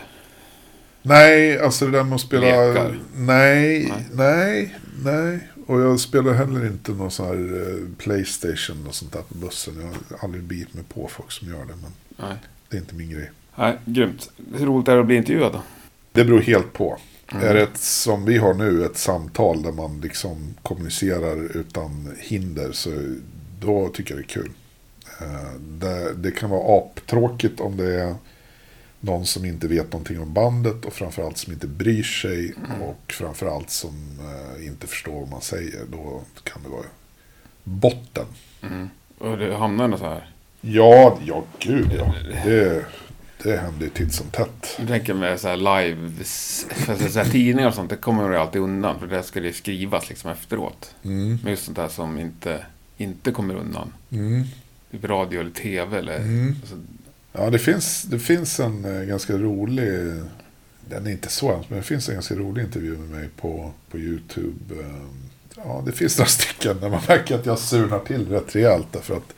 Nej, alltså det där med att spela... Lekar. Nej, nej, nej, nej. Och jag spelar heller inte någon sån här uh, Playstation och sånt där på bussen. Jag har aldrig bit mig på folk som gör det, men nej. Det är inte min grej. Nej, grymt. Hur roligt är det att bli intervjuad då? Det beror helt på. Mm. Är det ett, som vi har nu, ett samtal där man liksom kommunicerar utan hinder, så då tycker jag det är kul. Uh, det, det kan vara aptråkigt om det är någon som inte vet någonting om bandet och framförallt som inte bryr sig mm. och framförallt som uh, inte förstår vad man säger. Då kan det vara botten. Mm. Och det hamnar något så här? Ja, ja gud ja. Det, det händer ju titt som tätt. Jag tänker med så här live, för så här tidningar och sånt, det kommer ju alltid undan. För det ska det skrivas liksom efteråt. Mm. Men just sånt där som inte, inte kommer undan. Mm. Typ radio eller tv eller... Mm. Alltså. Ja, det finns, det finns en uh, ganska rolig... Den är inte så hemskt, men det finns en ganska rolig intervju med mig på, på YouTube. Uh, ja, det finns några stycken där man märker att jag surnar till rätt rejält. Därför att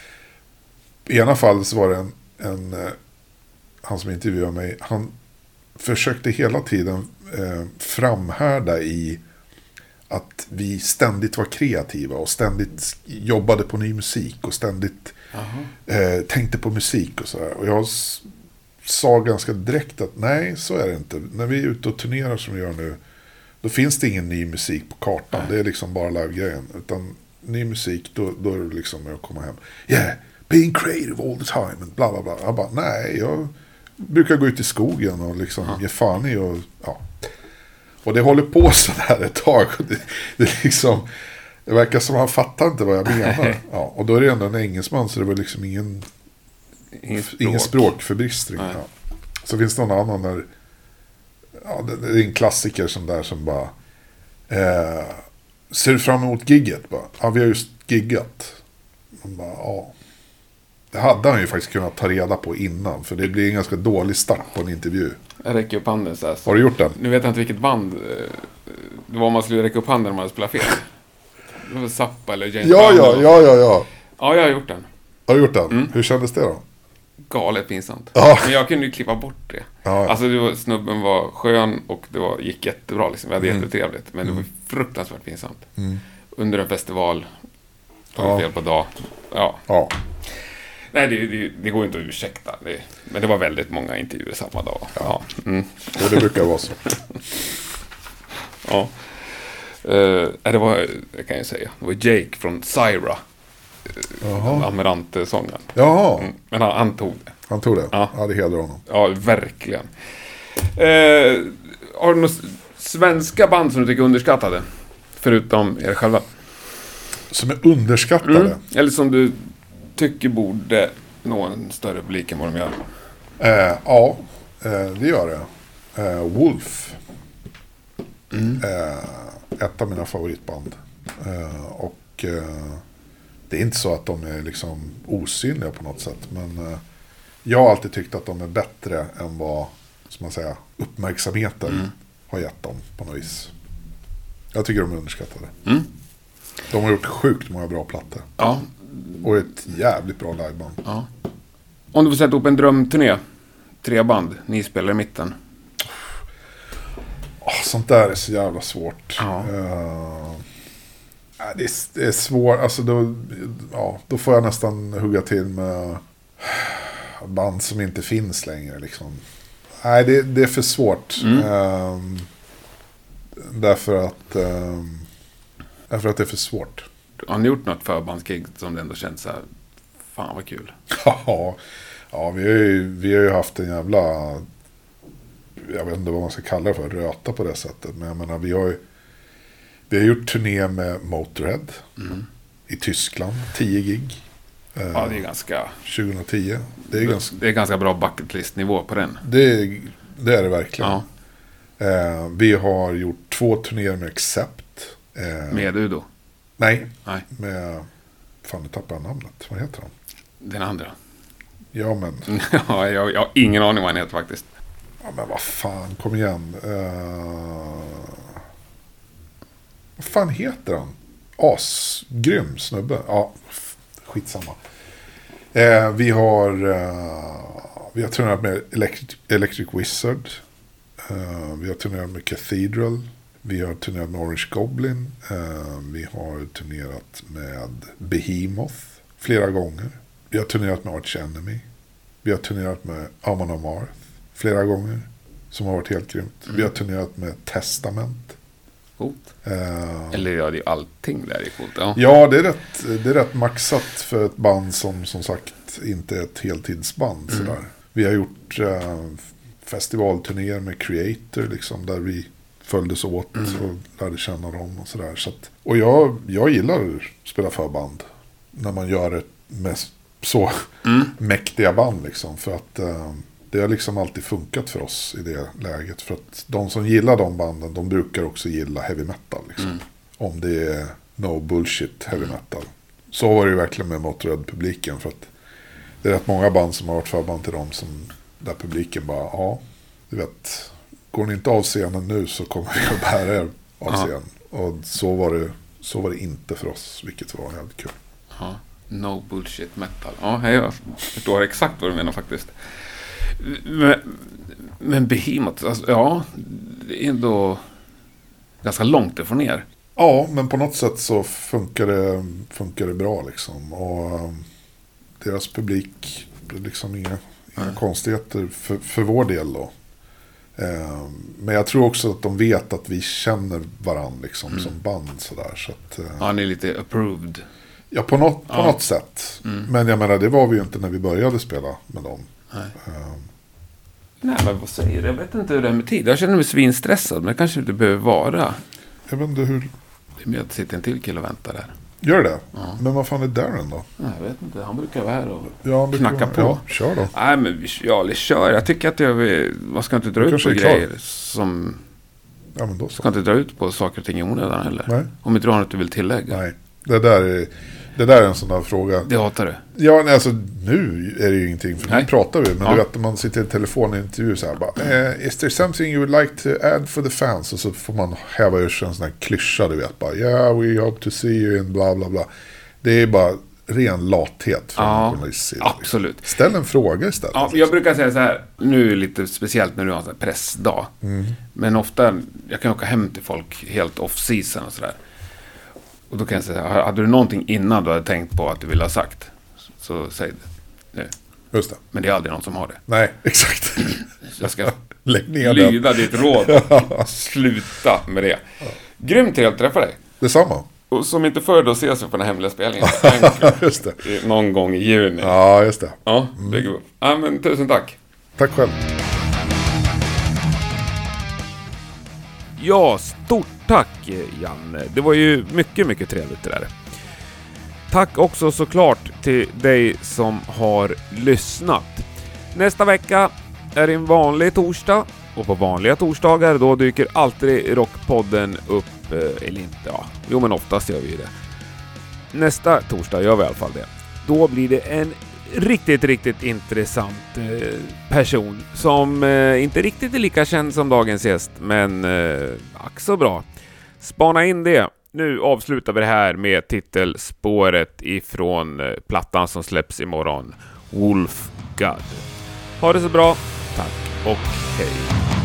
i ena fall så var det en... en uh, han som intervjuade mig, han försökte hela tiden uh, framhärda i att vi ständigt var kreativa och ständigt jobbade på ny musik och ständigt eh, tänkte på musik och sådär. Och jag s- sa ganska direkt att nej, så är det inte. När vi är ute och turnerar som vi gör nu, då finns det ingen ny musik på kartan. Nej. Det är liksom bara live-grejen. Utan ny musik, då, då är det liksom med att komma hem. Yeah, being creative all the time. And bla bla bla. Jag bara, nej, jag brukar gå ut i skogen och liksom ja. ge fan i och ja. Och det håller på så där ett tag. Det, det, liksom, det verkar som att han fattar inte vad jag menar. Ja, och då är det ändå en engelsman, så det var liksom ingen, ingen, språk. ingen språkförbistring. Ja. Så finns det någon annan där, ja, det, det är en klassiker som där som bara, eh, ser du fram emot gigget? Bara, ja, vi har just giggat. Man bara, ja. Det hade han ju faktiskt kunnat ta reda på innan. För det blir en ganska dålig start på en intervju. Jag räcker upp handen så här. Så. Har du gjort den? Nu vet jag inte vilket band det var, man skulle räcka upp handen om man hade spelat fel. Det var Zappa eller James Ja, Brown ja, eller- ja, ja, ja. Ja, jag har gjort den. Har du gjort den? Mm. Hur kändes det då? Galet pinsamt. Ja. Men jag kunde ju klippa bort det. Ja. Alltså det var, snubben var skön och det var, gick jättebra liksom. Vi hade Mm. jättetrevligt. Men det var fruktansvärt pinsamt. Mm. Under en festival. Tog Ja. fel på dag. Ja. Ja. Nej, det, det, det går inte att ursäkta. Det, men det var väldigt många intervjuer samma dag. Ja. Mm. Och det brukar vara så. Ja. Uh, det var, jag kan ju säga, det var Jake från Syra. Jaha. Amarante-sången. Jaha. Mm. Men han, han tog det. Han tog det? Ja. Ja, det hedrar honom. Ja, verkligen. Uh, har du några svenska band som du tycker är underskattade? Förutom er själva. Som är underskattade? Mm. Eller som du tycker borde nå en större publik än vad de gör. Eh, ja, eh, det gör det. Eh, Wolf. Mm. Eh, ett av mina favoritband. Eh, och eh, det är inte så att de är liksom osynliga på något sätt. Men eh, jag har alltid tyckt att de är bättre än vad, som man säger, uppmärksamheten Mm. har gett dem på något vis. Jag tycker de är underskattade. Mm. De har gjort sjukt många bra plattor. Ja. Och ett jävligt bra liveband. ja. Om du får sätta upp en drömturné. Tre band. Ni spelar i mitten. Oh, sånt där är så jävla svårt. Ja. Uh, det, är, det är svårt. Alltså då, ja, då får jag nästan hugga till med band som inte finns längre. Liksom. Nej, det, det är för svårt. Mm. Um, därför att um, därför att det är för svårt. Har ni gjort något förbandsgig som det ändå känns så här, fan vad kul? Ja, ja vi, har ju, vi har ju haft en jävla, jag vet inte vad man ska kalla det för, röta på det sättet. Men jag menar, vi har ju vi har gjort turné med Motörhead Mm. i Tyskland, tio gig. Eh, Ja, det är ganska, tjugohundratio. Det är, ganska, det är ganska bra bucket list-nivå på den. det är, det är det verkligen. Ja, Eh, vi har gjort två turnéer med Accept. Eh, med Udo. Nej, Nej, med, fan nu tappar jag namnet. Vad heter han? den andra. Ja men, Ja, jag, jag har ingen aning vad han heter faktiskt. ja, men vad fan, kom igen. Eh, vad fan heter han? Asgrym snubbe. Ja, f- skitsamma. Eh, vi har eh, vi har turnerat med Electric, Electric Wizard. Eh, vi har turnerat med Cathedral. Vi har turnerat med Orange Goblin. Eh, vi har turnerat med Behemoth flera gånger. Vi har turnerat med Arch Enemy. Vi har turnerat med Amon Amarth flera gånger. Som har varit helt grymt. Mm. Vi har turnerat med Testament. Coolt. Eh, Eller ja, det är allting där är coolt. Ja. Ja, det är, rätt, det är rätt maxat för ett band som som sagt inte är ett heltidsband. Mm. Sådär. Vi har gjort eh, festivalturnéer med Creator liksom, där vi följdes åt Mm. och lärde känna dem och sådär. Så att, och jag, jag gillar att spela förband när man gör det med så Mm. mäktiga band liksom. För att eh, det har liksom alltid funkat för oss i det läget. För att de som gillar de banden, de brukar också gilla heavy metal liksom. Mm. Om det är no bullshit heavy metal. Så var det ju verkligen med Motörhead-publiken. För att det är rätt många band som har varit förband till dem som, där publiken bara, ja, du vet, går ni inte av scenen nu så kommer vi att bära er av Ja. scen. Och så var, det, så var det inte för oss, vilket var jävligt kul. Ja. No bullshit metal. Ja, jag förstår exakt vad du menar faktiskt. Men, men Behemoth, alltså, ja, det är ändå ganska långt ifrån er. Ja, men på något sätt så funkar det, funkar det bra liksom. Och um, deras publik, liksom inga, inga Nej. konstigheter för, för vår del då. Um, men jag tror också att de vet att vi känner varandra liksom, Mm. som band sådär. Så att, uh, Ja, ni är lite approved. ja, på något, på Ja. något sätt. Mm. Men jag menar, det var vi ju inte när vi började spela med dem. Nej. Um, Nej, men vad säger du? Jag vet inte hur det är med tid. Jag känner mig svinstressad, men det kanske det behöver vara. jag vet inte hur... Det är med att sitta en till kille och vänta där. Gör det? Ja. Men vad fan är Darren då? Nej, jag vet inte. Han brukar vara här och... Ja, det Knacka kan- på. Ja, kör då. Nej, men vi ja, vi kör. Jag tycker att jag vill... Man ska inte dra Du ut på kanske är klar. grejer som... Ja, men då så. Ska inte dra ut på saker och ting i onödan heller. Nej. Om inte du har något du vill tillägga. Nej, det där är, det där är en sån där fråga. Det hatar du. Ja, nej, alltså nu är det ju ingenting, för Nej. nu pratar vi. Men Ja. du vet, när man sitter i en telefonintervju så här bara, eh, is there something you would like to add for the fans? Och så får man häva ur sig en sån här klyscha, du vet, bara, yeah, we hope to see you in bla bla bla. Det är bara ren lathet från Ja, en journalists sida. absolut. Ställ en fråga istället. Ja, jag brukar säga så här, nu är det lite speciellt när du har en sån här pressdag. Mm. Men ofta, jag kan åka hem till folk helt off-season och sådär. Och då kan jag säga, hade du någonting innan du hade tänkt på att du ville ha sagt? Så säg det nu. Just det. Men det är aldrig någon som har det. Nej, exakt. Så jag ska Lägg ner den. lyda ditt råd. Sluta med det. Grymt trevligt att träffa dig. Detsamma. Och som inte förr, då ses vi på den hemliga spelningen. Just det. Någon gång i juni. Ja, just det. Ja, bygger upp. Ja, men tusen tack. Tack själv. Ja, stort tack Janne. Det var ju mycket, mycket trevligt det där. Tack också såklart till dig som har lyssnat. Nästa vecka är det en vanlig torsdag. Och på vanliga torsdagar då dyker alltid Rockpodden upp. Eller inte, ja. Jo, men oftast gör vi det. Nästa torsdag gör vi i alla fall det. Då blir det en riktigt, riktigt intressant eh, person som eh, inte riktigt är lika känd som dagens gäst, men eh, ack så bra. Spana in det. Nu avslutar vi det här med titelspåret ifrån eh, plattan som släpps imorgon. Wolf God. Ha det så bra. Tack och hej.